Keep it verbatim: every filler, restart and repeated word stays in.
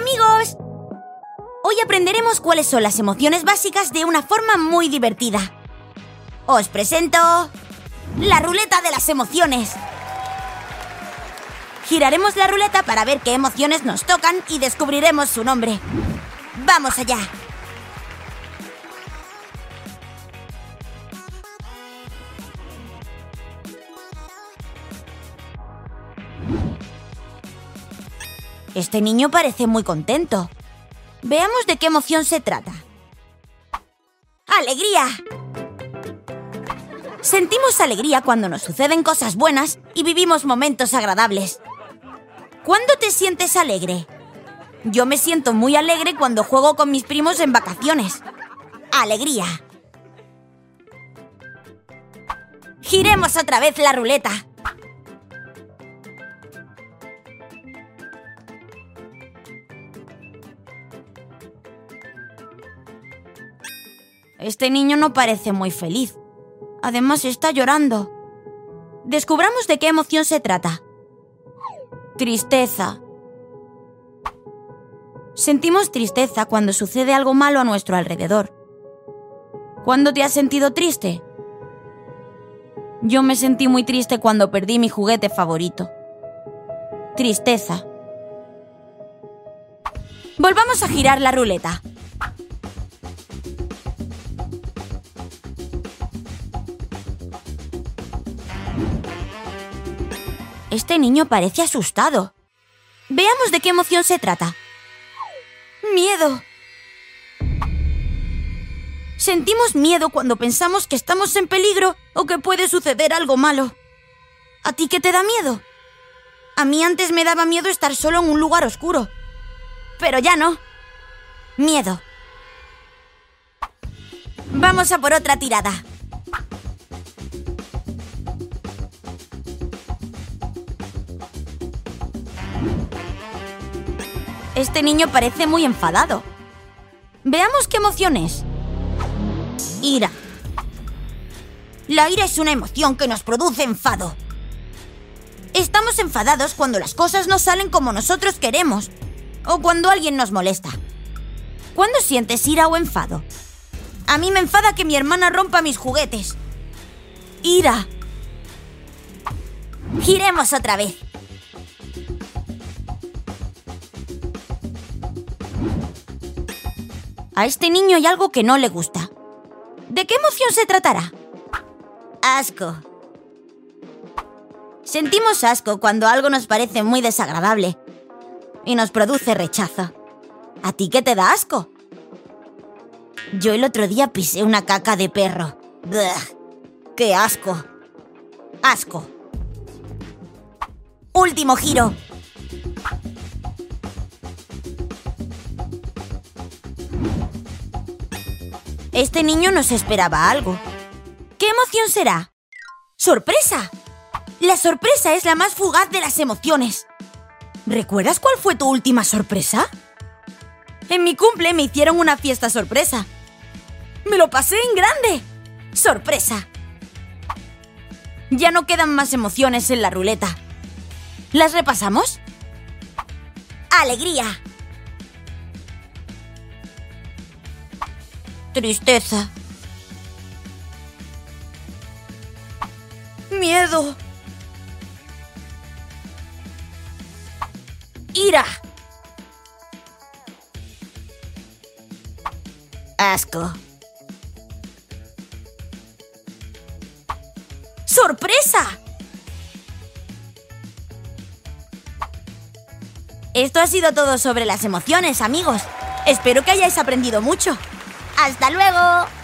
amigos! Hoy aprenderemos cuáles son las emociones básicas de una forma muy divertida. Os presento la ruleta de las emociones. Giraremos la ruleta para ver qué emociones nos tocan y descubriremos su nombre. ¡Vamos allá! Este niño parece muy contento. Veamos de qué emoción se trata. ¡Alegría! Sentimos alegría cuando nos suceden cosas buenas y vivimos momentos agradables. ¿Cuándo te sientes alegre? Yo me siento muy alegre cuando juego con mis primos en vacaciones. ¡Alegría! Giremos otra vez la ruleta. Este niño no parece muy feliz. Además, está llorando. Descubramos de qué emoción se trata. Tristeza. Sentimos tristeza cuando sucede algo malo a nuestro alrededor. ¿Cuándo te has sentido triste? Yo me sentí muy triste cuando perdí mi juguete favorito. Tristeza. Volvamos a girar la ruleta. Este niño parece asustado. Veamos de qué emoción se trata. Miedo. Sentimos miedo cuando pensamos que estamos en peligro o que puede suceder algo malo. ¿A ti qué te da miedo? A mí antes me daba miedo estar solo en un lugar oscuro. Pero ya no. Miedo. Vamos a por otra tirada. Este niño parece muy enfadado. Veamos qué emoción es. Ira. La ira es una emoción que nos produce enfado. Estamos enfadados cuando las cosas no salen como nosotros queremos o cuando alguien nos molesta. ¿Cuándo sientes ira o enfado? A mí me enfada que mi hermana rompa mis juguetes. Ira. Giremos otra vez. A este niño hay algo que no le gusta. ¿De qué emoción se tratará? Asco. Sentimos asco cuando algo nos parece muy desagradable y nos produce rechazo. ¿A ti qué te da asco? Yo el otro día pisé una caca de perro. ¡Bleh! ¡Qué asco! Asco. Último giro. Este niño no se esperaba algo. ¿Qué emoción será? ¡Sorpresa! La sorpresa es la más fugaz de las emociones. ¿Recuerdas cuál fue tu última sorpresa? En mi cumple me hicieron una fiesta sorpresa. ¡Me lo pasé en grande! ¡Sorpresa! Ya no quedan más emociones en la ruleta. ¿Las repasamos? ¡Alegría! Tristeza. Miedo. Ira. Asco. ¡Sorpresa! Esto ha sido todo sobre las emociones, amigos. Espero que hayáis aprendido mucho. ¡Hasta luego!